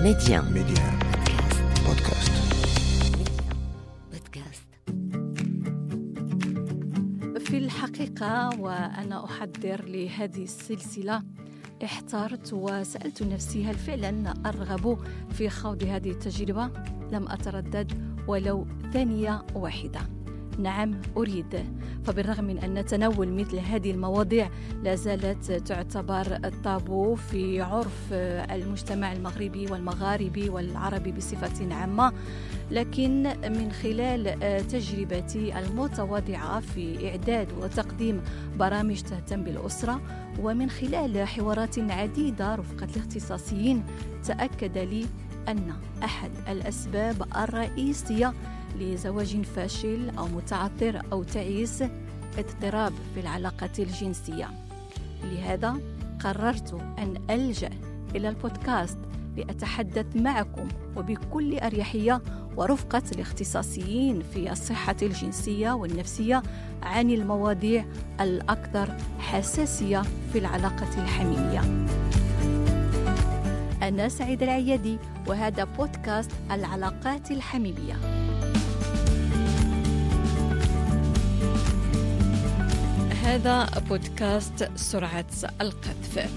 Média بودكاست. في الحقيقة وأنا أحضر لهذه السلسلة احترت وسألت نفسي هل فعلا أرغب في خوض هذه التجربة؟ لم أتردد ولو ثانية واحدة. نعم أريد، فبالرغم من أن تناول مثل هذه المواضيع لا زالت تعتبر الطابو في عرف المجتمع المغربي والمغاربي والعربي بصفة عامة، لكن من خلال تجربتي المتواضعة في إعداد وتقديم برامج تهتم بالأسرة، ومن خلال حوارات عديدة رفقة الاختصاصيين، تأكد لي أن أحد الأسباب الرئيسية لزواج فاشل أو متعثر أو تعيس اضطراب في العلاقة الجنسية. لهذا قررت أن ألجأ إلى البودكاست لأتحدث معكم وبكل أريحية ورفقة الاختصاصيين في الصحة الجنسية والنفسية عن المواضيع الأكثر حساسية في العلاقة الحميمية. أنا سعيد العيادي وهذا بودكاست العلاقات الحميمية. هذا بودكاست سرعة القذف.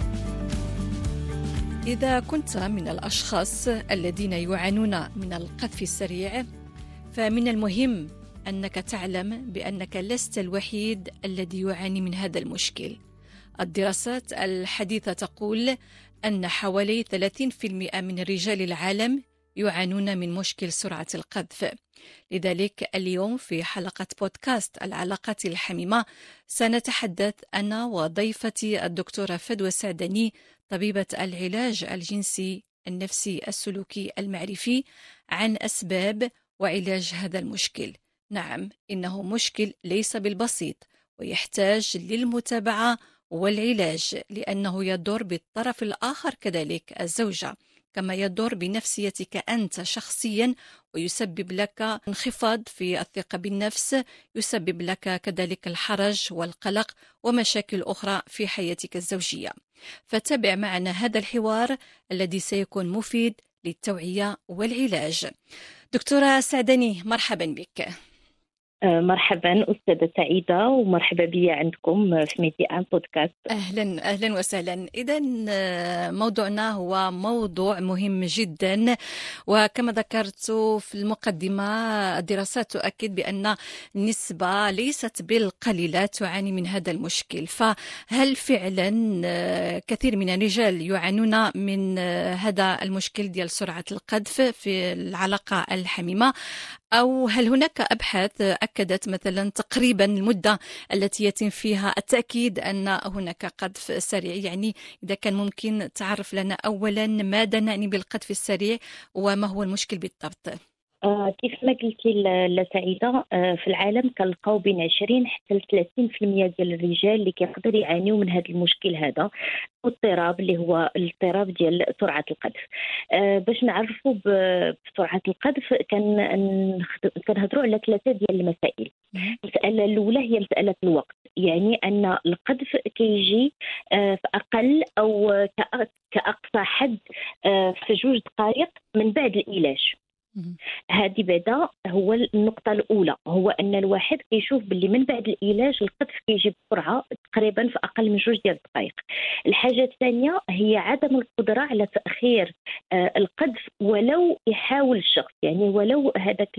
إذا كنت من الأشخاص الذين يعانون من القذف السريع، فمن المهم أنك تعلم بأنك لست الوحيد الذي يعاني من هذا المشكل. الدراسات الحديثة تقول أن حوالي 30% من رجال العالم يعانون من مشكل سرعة القذف. لذلك اليوم في حلقة بودكاست العلاقات الحميمة سنتحدث أنا وضيفتي الدكتورة فدوى سعدني، طبيبة العلاج الجنسي النفسي السلوكي المعرفي، عن أسباب وعلاج هذا المشكل. نعم، إنه مشكل ليس بالبسيط ويحتاج للمتابعة والعلاج، لأنه يضر بالطرف الآخر كذلك الزوجة، كما يضر بنفسيتك أنت شخصيا، ويسبب لك انخفاض في الثقة بالنفس، يسبب لك كذلك الحرج والقلق ومشاكل أخرى في حياتك الزوجية. فتابع معنا هذا الحوار الذي سيكون مفيد للتوعية والعلاج. دكتورة سعدني، مرحبا بك. مرحبا أستاذة سعيدة، ومرحبا بي عندكم في ميديا بودكاست. أهلا وسهلا. إذن موضوعنا هو موضوع مهم جدا، وكما ذكرت في المقدمة الدراسات تؤكد بأن النسبة ليست بالقليلة تعاني من هذا المشكل. فهل فعلا كثير من الرجال يعانون من هذا المشكل ديال سرعة القذف في العلاقة الحميمة، أو هل هناك أبحاث أكدت مثلا تقريبا المدة التي يتم فيها التأكيد أن هناك قذف سريع؟ يعني إذا كان ممكن تعرف لنا أولا ماذا نعني بالقذف السريع وما هو المشكل بالضبط؟ كيف ما قلتي لسعيدة، في العالم كنلقاو بين 20 حتى 30% ديال الرجال اللي كيقدر يعانيو من هذا المشكل هذا، اضطراب اللي هو الاضطراب ديال سرعة القذف. باش نعرفوا بسرعة القذف كنهضروا على 3 ديال المسائل. المسألة الأولى هي مسألة الوقت، يعني أن القذف كيجي في أقل أو كأقصى حد في 2 دقائق من بعد العلاج. هذه بعدا هو النقطة الأولى، هو أن الواحد كيشوف باللي من بعد العلاج القذف كيجي بسرعة تقريبا في أقل من 2 دقائق. الحاجة الثانية هي عدم القدرة على تأخير القذف ولو يحاول الشخص، يعني ولو هذاك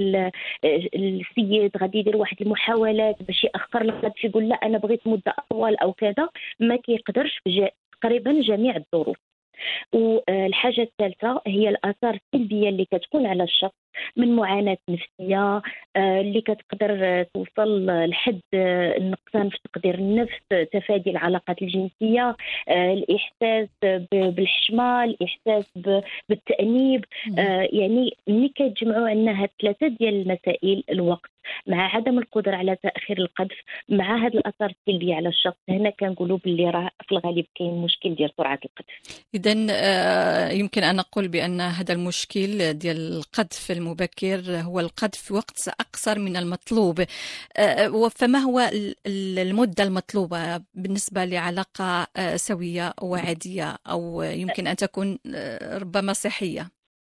السيد غادي يدير واحد المحاولات باش يأخر القذف، يقول لا أنا بغيت مدة أطول أو كذا، ما كيقدرش تقريبا جميع الظروف. والحاجة الثالثة هي الآثار السلبية اللي كتكون على الشخص من معاناة نفسية اللي كتقدر توصل لحد النقصان في تقدير النفس، تفادي العلاقات الجنسية، الإحساس بالحشمة، الإحساس بالتأنيب. يعني ملي كيتجمعوا عندنا هاد 3 ديال المسائل، الوقت مع عدم القدرة على تأخير القذف مع هاد الآثار السلبية على الشخص، هنا كنقولوا باللي راه في الغالب كاين مشكل ديال سرعة القذف. إذن يمكن أن نقول بأن هذا المشكل ديال القذف المبكر هو القذف في وقت أقصر من المطلوب. فما هو المدة المطلوبة بالنسبة لعلاقة سوية وعادية، أو يمكن أن تكون ربما صحية؟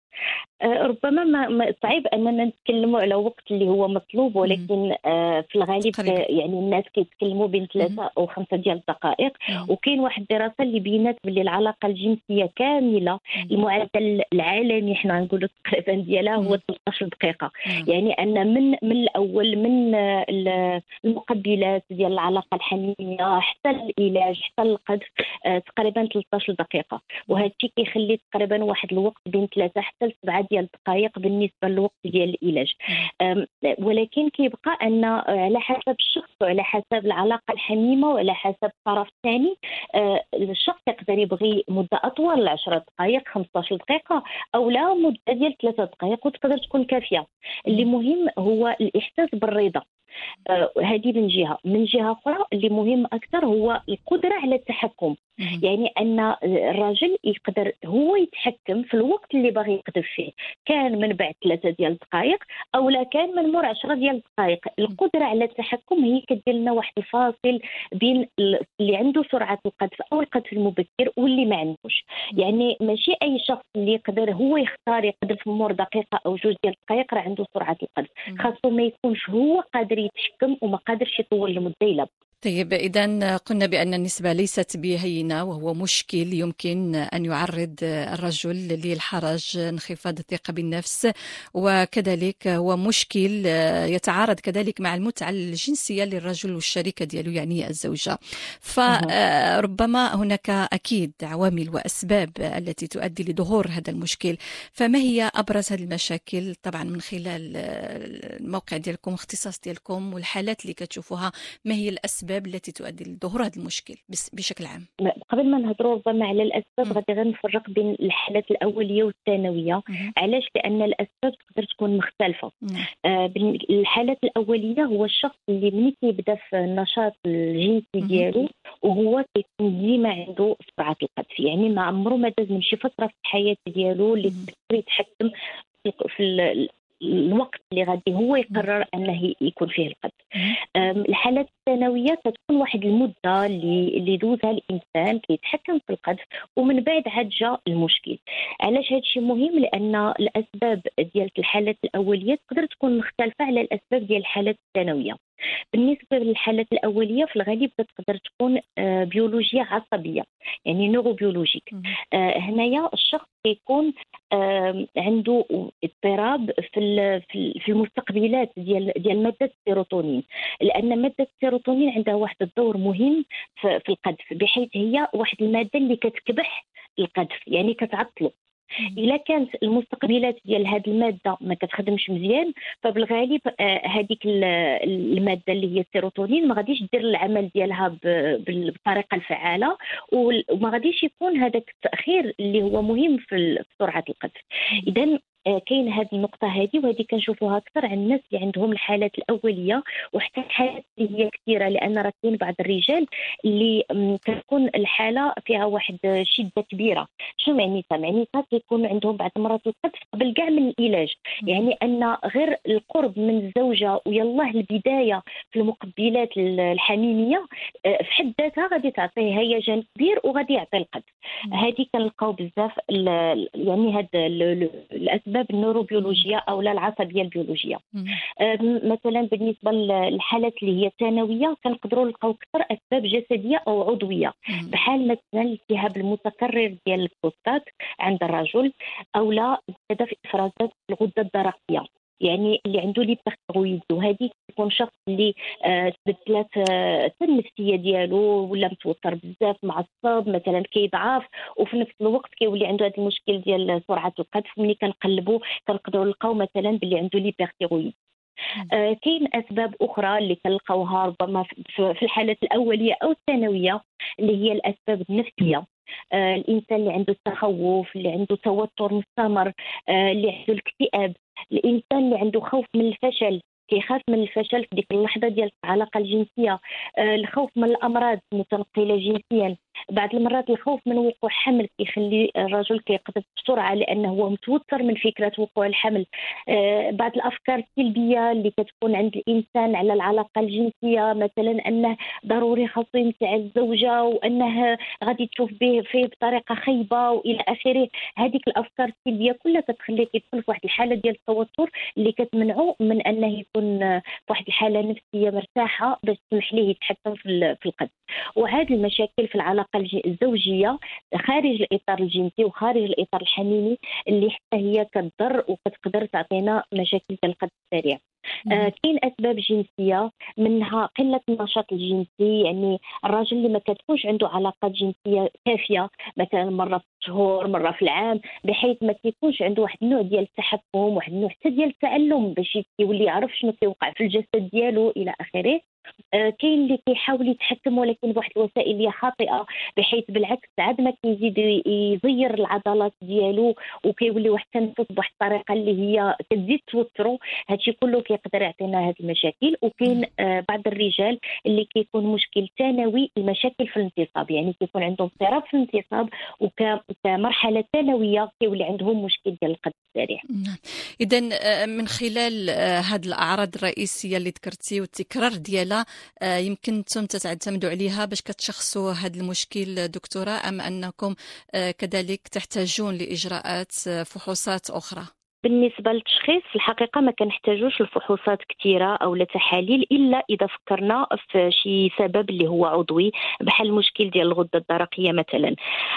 ربما صعيب اننا نتكلموا على وقت اللي هو مطلوب، ولكن في الغالب يعني الناس كيتكلموا بين 3 أو 5 ديال الدقائق. وكاين واحد الدراسه اللي بينات باللي العلاقه الجنسيه كامله المعدل العالمي حنا نقولوا تقريبا ديالها هو 13 دقيقه. يعني ان من الاول، من المقبلات ديال العلاقه الحميميه حتى العلاج حتى القذف، تقريبا 13 دقيقه. وهذا الشيء كيخلي تقريبا واحد الوقت بين 3 حتى 7 ديال الدقائق بالنسبه للوقت ديال العلاج. ولكن كيبقى ان على حسب الشخص وعلى حسب العلاقه الحميمه وعلى حسب الطرف الثاني، الشخص يقدر يبغي مده اطول 10 دقائق 15 دقيقه، او لا مده ديال 3 دقائق وتقدر تكون كافيه. اللي مهم هو الاحساس بالرضا. هذه من جهه اخرى اللي مهم اكثر هو القدره على التحكم. يعني ان الراجل يقدر هو يتحكم في الوقت اللي باغي يقذف فيه، كان من بعد 3 ديال الدقائق او لا كان من مور 10 ديال الدقائق. القدره على التحكم هي كدير لنا واحد الفاصل بين اللي عنده سرعه القذف او القذف المبكر واللي ما عندوش. يعني ماشي اي شخص اللي يقدر هو يختار يقذف مور دقيقه او 2 ديال الدقائق راه عنده سرعه القذف. خاصو ما يكونش هو قادر يتحكم وما قادرش يطول لمده إلى. طيب، إذا قلنا بأن النسبة ليست بهينة، وهو مشكل يمكن أن يعرض الرجل للحرج، انخفاض الثقة بالنفس، وكذلك هو مشكل يتعارض كذلك مع المتعة الجنسية للرجل والشريكة ديالو يعني الزوجة. فربما هناك أكيد عوامل وأسباب التي تؤدي لظهور هذا المشكل. فما هي أبرز هذه المشاكل طبعا من خلال الموقع ديالكم، اختصاص ديالكم والحالات اللي كتشوفوها؟ ما هي الأسباب التي تؤدي لظهور هذا المشكل بشكل عام؟ قبل ما نهضروا ربما على الاسباب غادي غنفرق بين الحالات الاوليه والثانويه. علاش؟ لان الاسباب تقدر تكون مختلفه. الحالات الاوليه هو الشخص اللي ملي كيبدا في النشاط الجنسي ديالو وهو كيكون ديما عنده سرعه القذف، يعني ما عمره ما داز من شي فتره في الحياه ديالو اللي يتحكم في الوقت اللي غادي هو يقرر انه يكون فيه القذف. الحالات الثانويه تكون واحد المده اللي دوزها الانسان كيتحكم في القذف ومن بعد عاد جا المشكل. علاش هذا الشيء مهم؟ لان الاسباب ديال الحالات الاوليه تقدر تكون مختلفه على الاسباب ديال الحالات الثانويه. بالنسبه للحالات الاوليه في الغالب تقدر تكون بيولوجيه عصبيه، يعني نيوروبيولوجيك. هنايا الشخص يكون عنده اضطراب في المستقبلات ديال ماده السيروتونين، لان ماده السيروتونين عندها واحد الدور مهم في القذف، بحيث هي واحد الماده اللي كتكبح القذف، يعني كتعطله. إلا كانت المستقبلات ديال هذه المادة ما كتخدمش مزيان، فبالغالب هذيك المادة اللي هي السيروتونين ما غاديش دير العمل ديالها بالطريقة الفعالة، وما غاديش يكون هذاك التأخير اللي هو مهم في سرعة القذف. إذن كاين هذه النقطة هذه، وهذه كنشوفوها أكثر عند الناس اللي عندهم الحالات الأولية، وحتى الحالات اللي هي كثيرة، لأن راه كاين بعض الرجال اللي كتكون الحالة فيها واحد شدة كبيرة. شنو معنيتها؟ معنيتها كيكون عندهم بعض المرات القذف قبل كاع من العلاج، يعني أن غير القرب من الزوجة ويلاه البداية في المقبلات الحميمية في حد ذاتها غادي تعطيه هيجان كبير وغادي يعطي القذف. هذه كنلقاو بزاف يعني هاد الأسباب النيوروبيولوجية أو لا العصبية البيولوجية. مثلا بالنسبة للحالات اللي هي ثانوية كنقدروا نلقاو أكثر أسباب جسدية أو عضوية، بحال مثلا الالتهاب المتكرر ديال البروستات عند الرجل، أو لا زيادة في إفرازات الغدة الدرقية، يعني اللي عنده ليبرثيرويد. وهذه تكون شخص اللي تبدلات النفسيه ديالو، ولا متوتر بزاف، معصب مثلا، كيضعف، وفي نفس الوقت كيولي عنده هذا المشكل ديال سرعه القذف. ملي كنقلبوا كنقدروا نلقاو مثلا باللي عنده ليبرثيرويد. كاين اسباب اخرى اللي كنلقاوها ربما في الحالات الاوليه او الثانويه، اللي هي الاسباب النفسيه. الانسان اللي عنده التخوف، اللي عنده توتر مستمر، اللي عنده الاكتئاب، الانسان اللي عنده خوف من الفشل، كيخاف من الفشل في ديك اللحظه ديال العلاقه الجنسيه، الخوف من الامراض المتنقله جنسيا، بعض المرات الخوف من وقوع حمل كيخلي الرجل كيقذف بسرعه لانه هو متوتر من فكره وقوع الحمل. بعض الافكار السلبيه اللي كتكون عند الانسان على العلاقه الجنسيه، مثلا انه ضروري خاصو يمتع الزوجه وانه غادي تشوف به فيه بطريقه خايبه والى اخره. هذيك الافكار السلبيه كلها كتخليه يدخل في واحد الحاله ديال التوتر اللي كتمنعه من انه يكون في واحد الحاله نفسيه مرتاحه باش تسمح ليه يتحكم في القذف. وهذه المشاكل في العلاقه الزوجيه خارج الاطار الجنسي وخارج الاطار الحميمي اللي حتى هي كتضر وكتقدر تعطينا مشاكل ديال القذف السريع. كاين اسباب جنسيه منها قله النشاط الجنسي، يعني الراجل اللي ما كتكونش عنده علاقات جنسيه كافيه، مثلا مره في الشهور مره في العام، بحيث ما كيكونش عنده واحد النوع ديال التحكم، واحد النوع حتى ديال التعلم باش يولي يعرف شنو كيوقع في الجسد ديالو الى اخره. كاين اللي كيحاول يتحكم ولكن بواحد الوسائل اللي خاطئه، بحيث بالعكس عاد ما كيزيد يزير العضلات ديالو وكيولي واحد التنفس بواحد الطريقه اللي هي كتزيد توترو. هادشي كله كيقدر يعطينا هاد المشاكل. وكاين بعض الرجال اللي كيكون مشكل ثانوي، المشاكل في الانتصاب، يعني كيكون عندهم اضطراب في الانتصاب وكمرحله ثانويه كيولي عندهم مشكل ديال القذف السريع. اذا من خلال هاد الاعراض الرئيسيه اللي ذكرتي والتكرار ديالها، يمكن انتم تعتمدوا عليها باش كتشخصوا هذا المشكل دكتوره، ام انكم كذلك تحتاجون لاجراءات فحوصات اخرى؟ بالنسبه للتشخيص في الحقيقه ما كنحتاجوش لفحوصات كثيره او لتحاليل الا اذا فكرنا في شي سبب اللي هو عضوي بحال المشكل ديال الغده الدرقيه مثلا.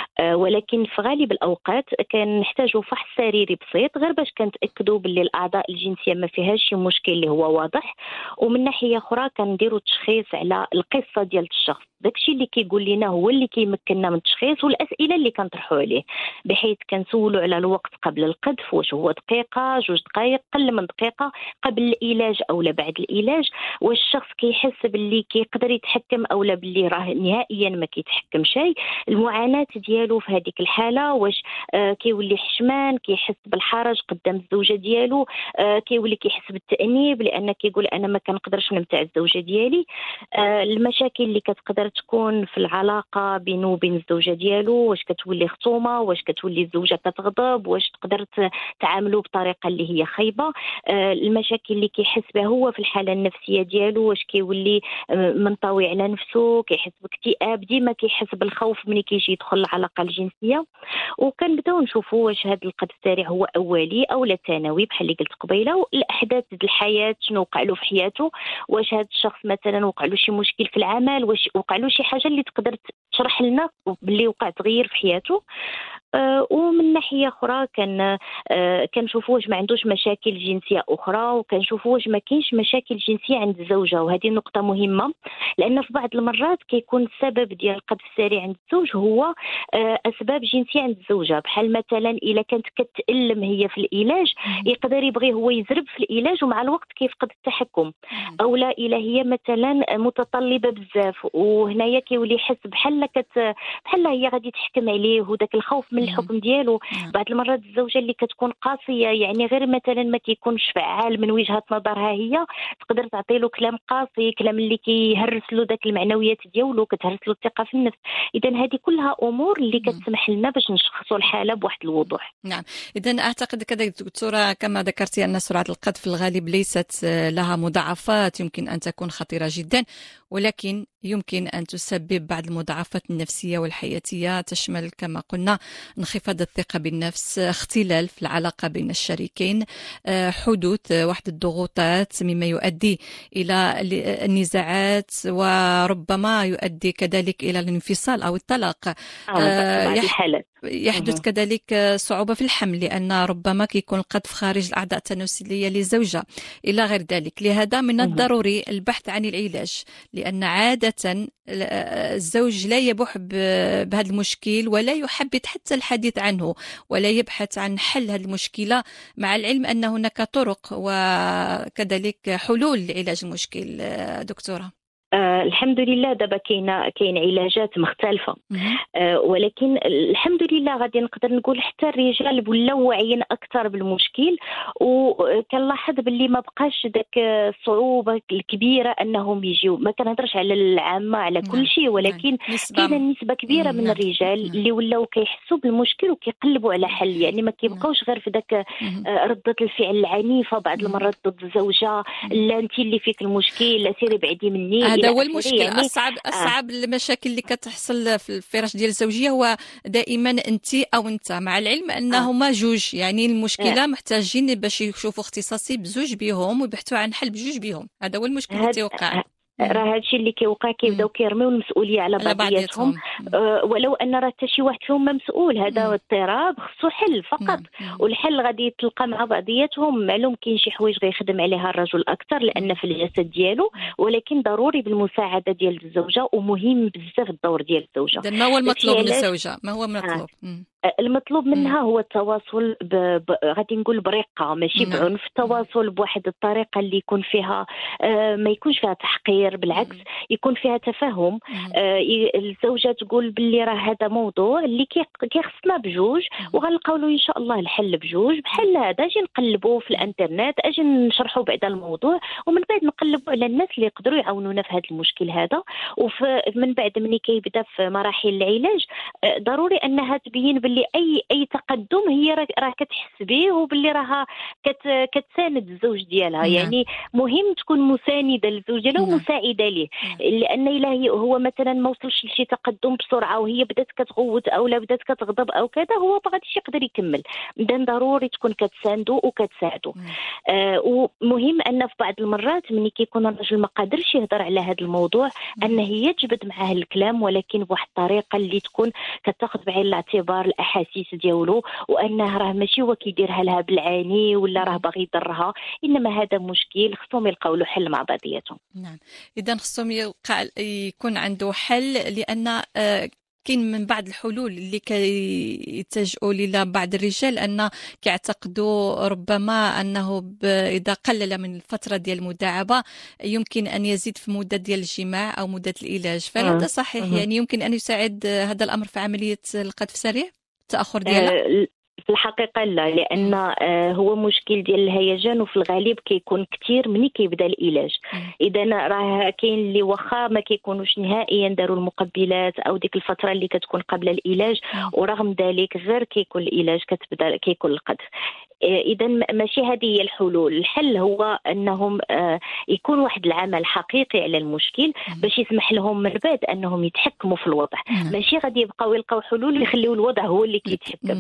ولكن في غالب الاوقات كنحتاجوا فحص سريري بسيط غير باش كنتاكدوا باللي الاعضاء الجنسيه ما فيهاش شي مشكل اللي هو واضح. ومن ناحيه اخرى كنديروا التشخيص على القصه ديال الشخص، داكشي اللي كيقول لنا هو اللي كيمكننا من التشخيص والاسئله اللي كنطرحوا عليه، بحيث كنسولوا على الوقت قبل القذف، واش هو دقيقه 2 دقائق قل من دقيقه قبل العلاج او لا بعد العلاج، واش الشخص كيحس باللي كيقدر يتحكم او لا باللي راه نهائيا ما كيتحكم شيء، المعاناه ديالو في هذيك الحاله، واش كيولي حشمان، كيحس بالحرج قدام الزوجه ديالو، كيولي كيحس بالتانيب لان كيقول انا ما كنقدرش نمتع الزوجه ديالي. المشاكل اللي كتقدر تكون في العلاقه بينه وبين الزوجه ديالو، واش كتولي خصومه، واش كتولي الزوجه كتغضب، واش تقدر تعاملوا بطريقه اللي هي خايبه. المشاكل اللي كيحس بها هو في الحاله النفسيه ديالو، واش كيولي منطوي على نفسه، كيحس باكتئاب، ديما كيحس بالخوف ملي كيجي يدخل العلاقه الجنسيه. وكنبداو نشوفوا واش هذا القذف السريع هو اولي او لا ثانوي بحال اللي قلت قبيله، الاحداث ديال الحياه شنو وقع له في حياته، واش هذا الشخص مثلا وقع له شي مشكل في العمل، واش وقع له شي حاجه اللي تقدر تشرح لنا باللي وقع تغيير في حياته. ومن ناحيه اخرى كنشوفوا واش ما عندوش مشاكل جنسيه اخرى، وكنشوفوا واش ما كاينش مشاكل جنسيه عند الزوجه. وهذه نقطه مهمه لان في بعض المرات كيكون السبب ديال القذف السريع عند الزوج هو اسباب جنسيه عند الزوجه، بحال مثلا الا كانت كتالم هي في العلاج يقدر يبغي هو يزرب في العلاج ومع الوقت كيفقد التحكم، او لا الا هي مثلا متطلبه بزاف وهنايا كيولي يحس بحال هي غادي تحكم عليه، وداك الخوف من الحكم ديالو. بعض المرات الزوجه اللي كتكون قاسيه، يعني غير مثلا ما كيكونش فعال من وجهه نظرها هي، تقدر تعطي له كلام قاسي، كلام اللي كيهرس له داك المعنويات ديالو، كتهرس له الثقه في النفس. اذا هذه كلها امور اللي كتسمح لنا باش نشخصوا الحاله بواحد الوضوح. نعم، اذا اعتقد كذلك دكتوره كما ذكرتي ان سرعه القذف في الغالب ليست لها مضاعفات يمكن ان تكون خطيره جدا، ولكن يمكن أن تسبب بعض المضاعفات النفسية والحياتية، تشمل كما قلنا انخفاض الثقة بالنفس، اختلال في العلاقة بين الشريكين، حدوث واحد الضغوطات مما يؤدي إلى النزاعات وربما يؤدي كذلك إلى الانفصال أو الطلاق. يحدث كذلك صعوبة في الحمل لأن ربما كيكون القذف خارج الأعضاء التناسلية للزوجة إلى غير ذلك. لهذا من الضروري البحث عن العلاج، لأن عادة الزوج لا يبوح بهذا المشكل ولا يحب حتى الحديث عنه ولا يبحث عن حل هذه المشكلة، مع العلم أن هناك طرق وكذلك حلول لعلاج المشكل. دكتورة الحمد لله دابا كاين علاجات مختلفه. ولكن الحمد لله غادي نقدر نقول حتى الرجال ولاو واعيين اكثر بالمشكل، وكنلاحظ باللي ما بقاش داك الصعوبه الكبيره انهم يجيو. ما كنهضرش على العامه على كل شيء، ولكن كاينه نسبه كبيره من الرجال اللي ولاو كيحسوا بالمشكل وكيقلبوا على حل. يعني ما كيبقاوش غير في داك ردة الفعل العنيفه بعض المرات ضد الزوجه، لا انت اللي فيك المشكل، لا سيري بعدي مني. هذا هو المشكل. يعني اصعب المشاكل اللي كتحصل في الفراش ديال الزوجيه هو دائما انت او انت، مع العلم انهما جوج. يعني المشكله محتاجين باش يشوفوا اختصاصي بزوج بهم ويبحثوا عن حل بجوج بهم. هذا هو المشكل اللي تيوقع. راه هادشي اللي كيوقع، كيبداو كيرميو المسؤوليه على بعضياتهم. ولو ان راه حتى شي واحد فيهم ما مسؤول. هذا اضطراب خصو حل فقط. والحل غادي يتلقى مع بعضياتهم. معلوم كاين شي حوايج غيخدم عليها الرجل اكثر لان في الجسد ديالو، ولكن ضروري بالمساعده ديال الزوجه، ومهم بزاف الدور ديال الزوجه. ما هو المطلوب من الزوجه؟ ما هو المطلوب؟ المطلوب منها هو التواصل غادي نقول برقه، ماشي بعنف. التواصل بواحد الطريقه اللي يكون فيها ما يكونش فيها تحقير، بالعكس يكون فيها تفاهم. الزوجه تقول باللي راه هذا موضوع اللي كيخصنا بجوج، وغنلقاو له ان شاء الله الحل بجوج. بحال هذا اجي نقلبوا في الانترنت، اجي نشرحوا بعدا الموضوع، ومن بعد نقلبوا على الناس اللي يقدروا يعاونونا في هذا المشكل هذا. ومن بعد ملي كيبدا في مراحل العلاج، ضروري انها تبين باللي اي تقدم هي راه كتحس به، وباللي راها كتساند الزوج ديالها. يعني مهم تكون مسانده للزوج ديالها ومساعده ليه، لان الا هو مثلا ما وصلش لشي تقدم بسرعه وهي بدات كتغوت او لا بدات كتغضب او كذا، هو ما غاديش يقدر يكمل. اذا ضروري تكون كتساندو وكتساعدو. ومهم ان في بعض المرات ملي كيكون الرجل ما قادرش يهضر على هذا الموضوع، ان هي تجبد معاه الكلام، ولكن بواحد الطريقه اللي تكون كتاخذ بعين الاعتبار الاحاسيس ديالو، وانه راه ماشي هو كيديرها لها بالعاني ولا راه باغي يضرها، انما هذا مشكل خصهم يلقاو له حل مع بعضياتهم. نعم، اذا خصهم يكون عنده حل، لان كاين من بعض الحلول اللي كيتجهوا لها بعض الرجال ان كيعتقدوا ربما انه اذا قلل من الفتره ديال المداعبه يمكن ان يزيد في مده ديال الجماع او مده العلاج. فهذا صحيح؟ يعني يمكن ان يساعد هذا الامر في عمليه القذف السريع التاخر ديالها؟ في الحقيقة لا، لأن هو مشكل ديال الهيجان، وفي الغالب كيكون كتير مني كيبدا العلاج. إذا راه كاين اللي واخا ما كيكونوش نهائيا داروا المقبلات أو ديك الفترة اللي كتكون قبل العلاج، ورغم ذلك غير كيكون العلاج كتبدا كيكون القذف. إذا ماشي هذه هي الحلول. الحل هو أنهم يكون واحد العمل حقيقي على المشكل باش يسمح لهم من بعد أنهم يتحكموا في الوضع. ماشي غادي يبقاو يلقاو حلول يخليو الوضع هو اللي كيتحكم.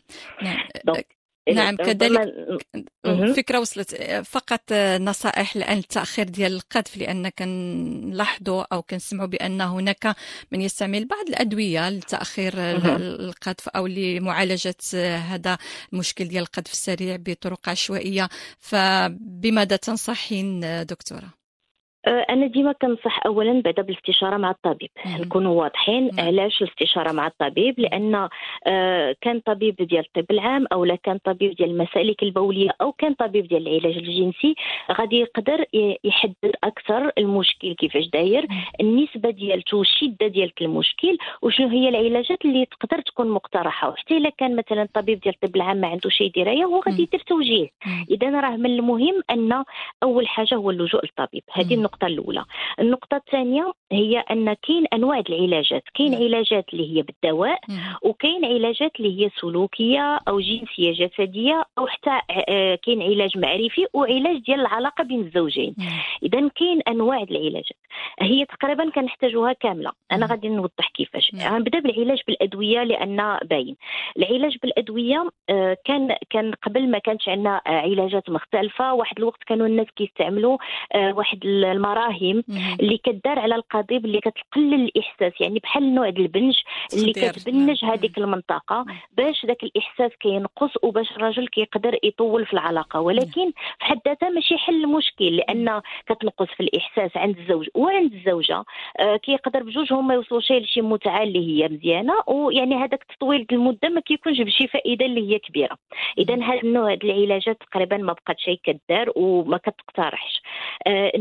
نعم كذلك فكرة وصلت. فقط نصائح لأن التأخير ديال القذف، لأن كنلاحظوا أو كنسمعوا بأن هناك من يستعمل بعض الأدوية لتأخير القذف أو لمعالجة هذا المشكل ديال القذف السريع بطرق عشوائية. فبماذا تنصحين دكتورة؟ أنا ديما كنصح أولا بعدا بالاستشارة مع الطبيب. نكونوا واضحين علاش الاستشارة مع الطبيب، لأن كان طبيب ديال الطب العام أو لا كان طبيب ديال المسالك البولية أو كان طبيب ديال العلاج الجنسي غادي يقدر يحدد أكثر المشكل كيفاش داير، النسبة ديالته والشدة ديال المشكل، وشنو هي العلاجات اللي تقدر تكون مقترحة. وحتى إلا كان مثلا الطبيب ديال الطب العام ما عنده شي دراية، هو غادي يدير توجيه. إذا راه من المهم أن أول حاجة هو اللجوء للطبيب. هذه النقطة الأولى. النقطة الثانية هي أن كاين أنواع العلاجات. كاين علاجات اللي هي بالدواء، وكاين علاجات اللي هي سلوكية أو جنسية جسدية، أو حتى كاين علاج معرفي وعلاج ديال العلاقة بين الزوجين. إذا كاين أنواع العلاجات هي تقريبا كنحتاجوها كاملة. أنا غادي نوضح كيفاش. غنبدا بالعلاج بالأدوية لأن باين العلاج بالأدوية كان قبل ما كانش عندنا علاجات مختلفة. واحد الوقت كانوا الناس كيستعملوا واحد المراهم اللي كدار على القضيب اللي كتقلل الإحساس، يعني بحال نوع ديال البنج اللي كتبنج هذيك المنطقة باش ذاك الإحساس كينقص وباش الرجل كيقدر يطول في العلاقة. ولكن في حد ذاتها ماشي حل المشكل، لأن كتنقص في الإحساس عند الزوج وعند الزوجة. كيقدر بجوج هما يوصلوا لشي متعة اللي هي مزيانة، ويعني هذاك التطويل المدة ما كيكونش بشي فائدة اللي هي كبيرة. إذا هذا النوع ديال العلاجات تقريبا ما بقات شي كدار وما كتقترحش. النوع ديال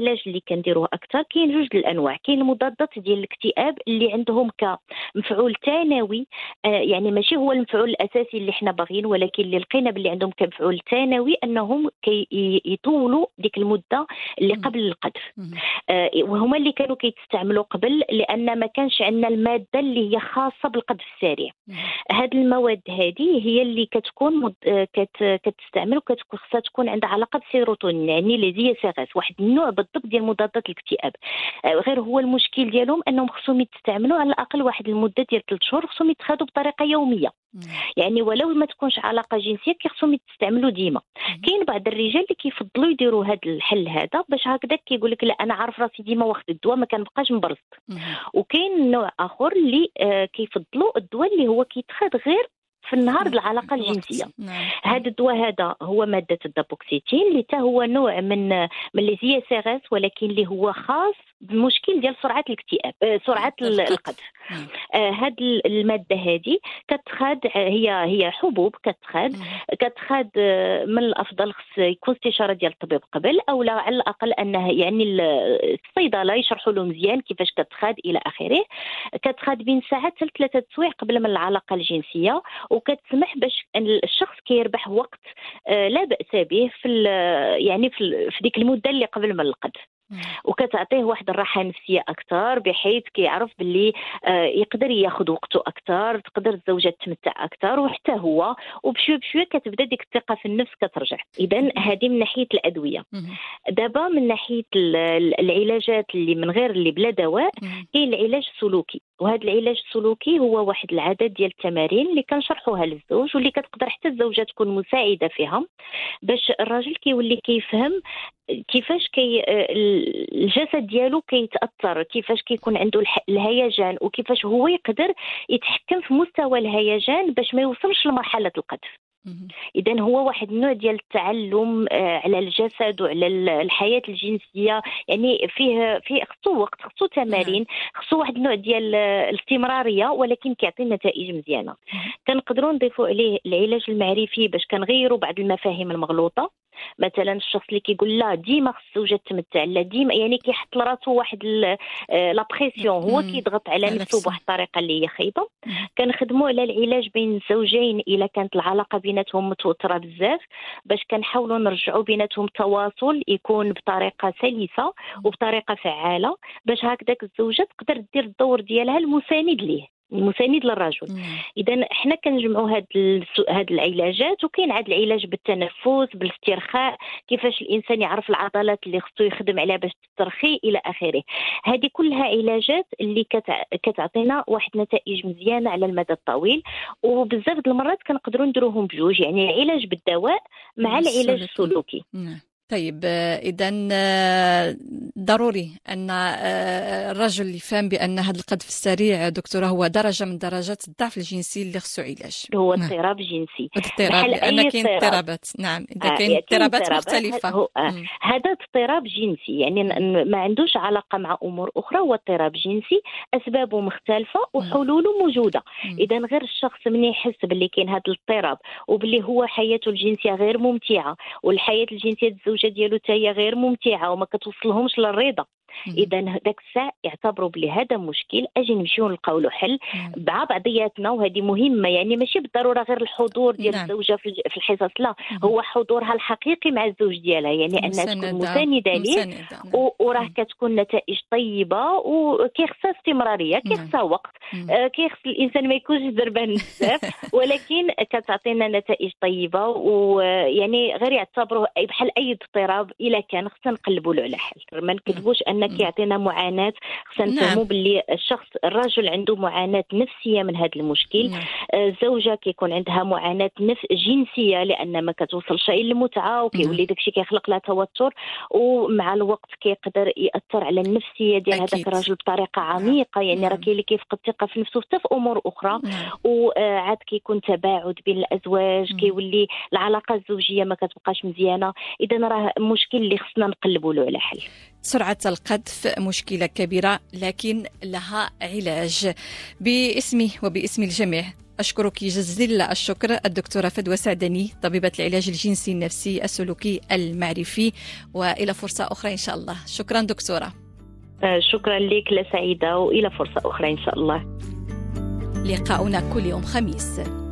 العلاج اللي كنديروه اكثر كاين جوج الانواع. كاين المضادات ديال الاكتئاب اللي عندهم كمفعول ثانوي، يعني ماشي هو المفعول الاساسي اللي حنا باغيين، ولكن اللي لقينا باللي عندهم كمفعول ثانوي انهم يطولوا ديك المده اللي قبل القذف، وهما اللي كانوا كيتستعملوا قبل، لان ما كانش عندنا الماده اللي هي خاصه بالقذف السريع. هاد المواد هذه هي اللي كتكون كتستعمل وخصها تكون عندها علاقه بالسيروتونين، يعني لي دي اس ار اس، واحد النوع بالضبط ديال مضادات الاكتئاب. غير هو المشكل ديالهم انهم خصهم يتستعملوا على الاقل واحد المده ديال 3 شهور، خصهم يتخذوا بطريقه يوميه. يعني ولو ما تكونش علاقه جنسيه خصهم يتستعملوا ديما. كاين بعض الرجال اللي كيفضلوا يديروا هذا الحل هذا باش هكذا كيقول لك لا انا عارف راسي ديما واخد الدواء ما كنبقاش مبرص. وكاين نوع اخر اللي كيفضلوا الدواء اللي هو كيتخذ غير في النهار العلاقه الجنسيه. هذا الدواء هذا هو ماده الدابوكسيتين اللي حتى هو نوع من لي زي اس ار اس، ولكن اللي هو خاص بالمشكل ديال سرعه الاكتئاب، سرعه القذف. هاد الماده هذه كتخاد، هي حبوب كتخاد من الافضل خص يكون استشاره ديال الطبيب قبل، او لا على الاقل انه يعني الصيدله يشرحوا له مزيان كيفاش كتخاد الى اخره. كتخاد بين ساعات حتى 3 سوايع قبل من العلاقه الجنسيه، وكتسمح باش الشخص كيربح وقت لا باس به في يعني في ديك المده اللي قبل من القذف، وكتعطيه واحد الراحه نفسيه اكثر، بحيث كيعرف باللي يقدر ياخذ وقته اكثر، تقدر الزوجه تتمتع اكثر وحتى هو، وبشويه بشويه كتبدا ديك الثقه في النفس كترجع. اذا هذه من ناحيه الادويه. دابا من ناحيه العلاجات اللي من غير اللي بلا دواء، كاين العلاج السلوكي. وهذا العلاج السلوكي هو واحد العدد ديال التمارين اللي كنشرحوها للزوج، واللي كتقدر حتى الزوجه تكون مساعده فيها، باش الراجل كيولي كيفهم كيفاش الجسد ديالو كيتاثر، كيفاش كيكون عنده الهيجان، وكيفاش هو يقدر يتحكم في مستوى الهيجان باش ما يوصلش لمرحله القذف. إذن هو واحد النوع ديال التعلم على الجسد وعلى الحياة الجنسية، يعني فيه خصو وقت، خصو تمارين، خصو واحد النوع ديال الاستمرارية، ولكن كيعطي نتائج مزيانة. كنقدروا نضيفوا عليه العلاج المعرفي باش كنغيروا بعض المفاهيم المغلوطة. مثلا الشخص اللي كيقول لا ديما خص الزوجه تمتع، لا ديما، يعني كيحط لراسو واحد لا بريسيون، هو كيضغط على نفسه بواحد الطريقه اللي هي خايبه. كنخدموا على العلاج بين الزوجين الا كانت العلاقه بيناتهم متوتره بزاف، باش كنحاولوا نرجعوا بيناتهم تواصل يكون بطريقه سلسه وبطريقه فعاله، باش هكذاك الزوجه تقدر دير الدور ديالها المساند ليه، المساند للرجل. اذا احنا كنجمعوا هاد العلاجات، وكاين عاد العلاج بالتنفس، بالاسترخاء، كيفاش الانسان يعرف العضلات اللي خصو يخدم عليها باش تسترخي الى اخره. هذه كلها علاجات اللي كتعطينا واحد نتائج مزيانه على المدى الطويل، وبزاف د المرات كنقدروا نديروهم بجوج، يعني العلاج بالدواء مع العلاج السلوكي. طيب إذا ضروري أن الرجل يفهم بأن هذا القذف السريع دكتورة هو درجة من درجات الضعف الجنسي اللي خصو علاج. هو اضطراب جنسي، اضطراب، لأن كاين اضطرابات. نعم، إذا كاين اضطرابات مختلفة. هذا اضطراب جنسي، يعني ما عندوش علاقة مع أمور أخرى، هو اضطراب جنسي، أسبابه مختلفة وحلوله موجودة. إذا غير الشخص من يحس باللي كاين هذا الاضطراب، وباللي هو حياته الجنسية غير ممتعة، والحياة الجنسية الزوجة ديالو تاهي غير ممتعه وما كتوصلهمش للرضا، اذا داك الساعه يعتبروا بلي هذا مشكل، اجي نمشيو نلقاو له حل مع بعضياتنا. وهذه مهمه، يعني ماشي بالضروره غير الحضور ديال الزوجه في الحصص، لا، هو حضورها الحقيقي مع الزوج ديالها، يعني انها تكون مسانده ليه، وراه كتكون نتائج طيبه، وكيخصها استمراريه، كيخصها وقت، كيخص الانسان ما يكونش دربان بزاف، ولكن كتعطينا نتائج طيبه. ويعني غير يعتبروه بحال اي اضطراب، الا كان خصنا نقلبوا له على حل، ما نكذبوش انك يعطينا معاناه، خصنا نفهموا باللي الراجل عنده معاناه نفسيه من هذا المشكل، الزوجه كيكون عندها معاناه جنسيه لان ما كتوصلش الى المتعه، وكيولي داكشي كيخلق لها توتر، ومع الوقت كيقدر ياثر على النفسيه ديال هذاك الراجل بطريقه عميقه، يعني راه كاين اللي كيفقد الثقه في نفسه حتى في امور اخرى، وعاد كيكون تباعد بين الازواج، كيولي العلاقه الزوجيه ما كتبقاش مزيانه. اذا راه مشكل اللي خصنا نقلبوا له على حل. سرعة القذف مشكلة كبيرة، لكن لها علاج. باسمي وباسم الجميع أشكرك جزيل الشكر الدكتورة فدوى سعدني، طبيبة العلاج الجنسي النفسي السلوكي المعرفي، وإلى فرصة أخرى إن شاء الله. شكرا دكتورة. شكرا لك لسعيدة، وإلى فرصة أخرى إن شاء الله. لقاؤنا كل يوم خميس.